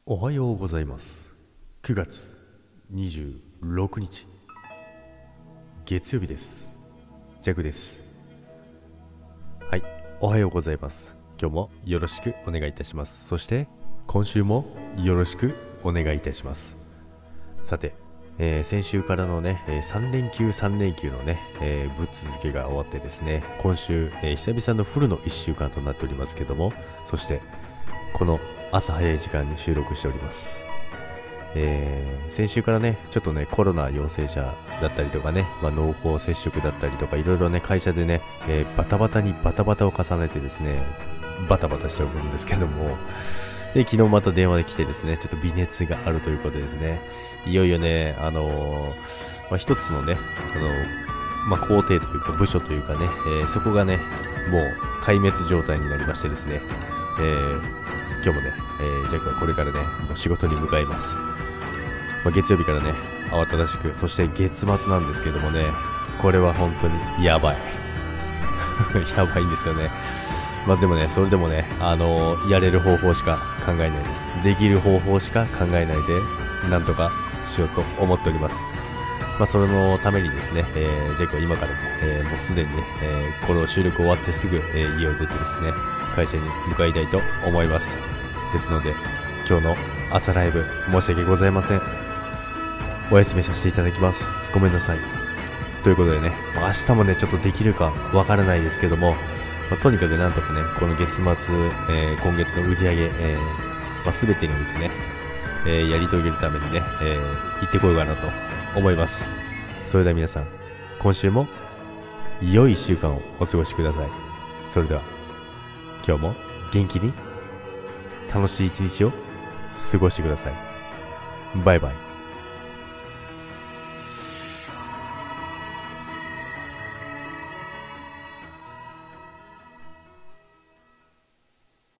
おはようございます。9月26日月曜日です。ジャグです。はい、おはようございます。今日もよろしくお願いいたします。そして今週もよろしくお願いいたします。さて、先週からのね、3連休のね、ぶっ続けが終わってですね、今週、久々のフルの1週間となっておりますけども、そしてこの朝早い時間に収録しております。先週からね、ちょっとね、コロナ陽性者だったりとかね、濃厚接触だったりとか、いろいろね、会社でね、バタバタを重ねてですね、バタバタしておるんですけども、で、昨日また電話で来てですね、ちょっと微熱があるということですね。いよいよね、一つのね、工程というか部署というかね、そこがね、もう壊滅状態になりましてですね、今日もね、ジャックはこれからね、もう仕事に向かいます。月曜日からね、慌ただしく、そして月末なんですけどもね、これは本当にやばい。やばいんですよね。でもね、それでもね、やれる方法しか考えないです。できる方法しか考えないで、なんとかしようと思っております。それのためにですね、ジャックは今からね、もうすでにね、この収録終わってすぐ、家を出てですね、会社に向かいたいと思います。ですので、今日の朝ライブ申し訳ございません。お休みさせていただきます。ごめんなさい。ということでね、明日もね、ちょっとできるかわからないですけども、とにかくなんとかね、この月末、今月の売り上げ、全てにおいてね、やり遂げるためにね、行ってこようかなと思います。それでは皆さん、今週も良い1週間をお過ごしください。それでは、今日も元気に楽しい一日を過ごしてください。バイバイ。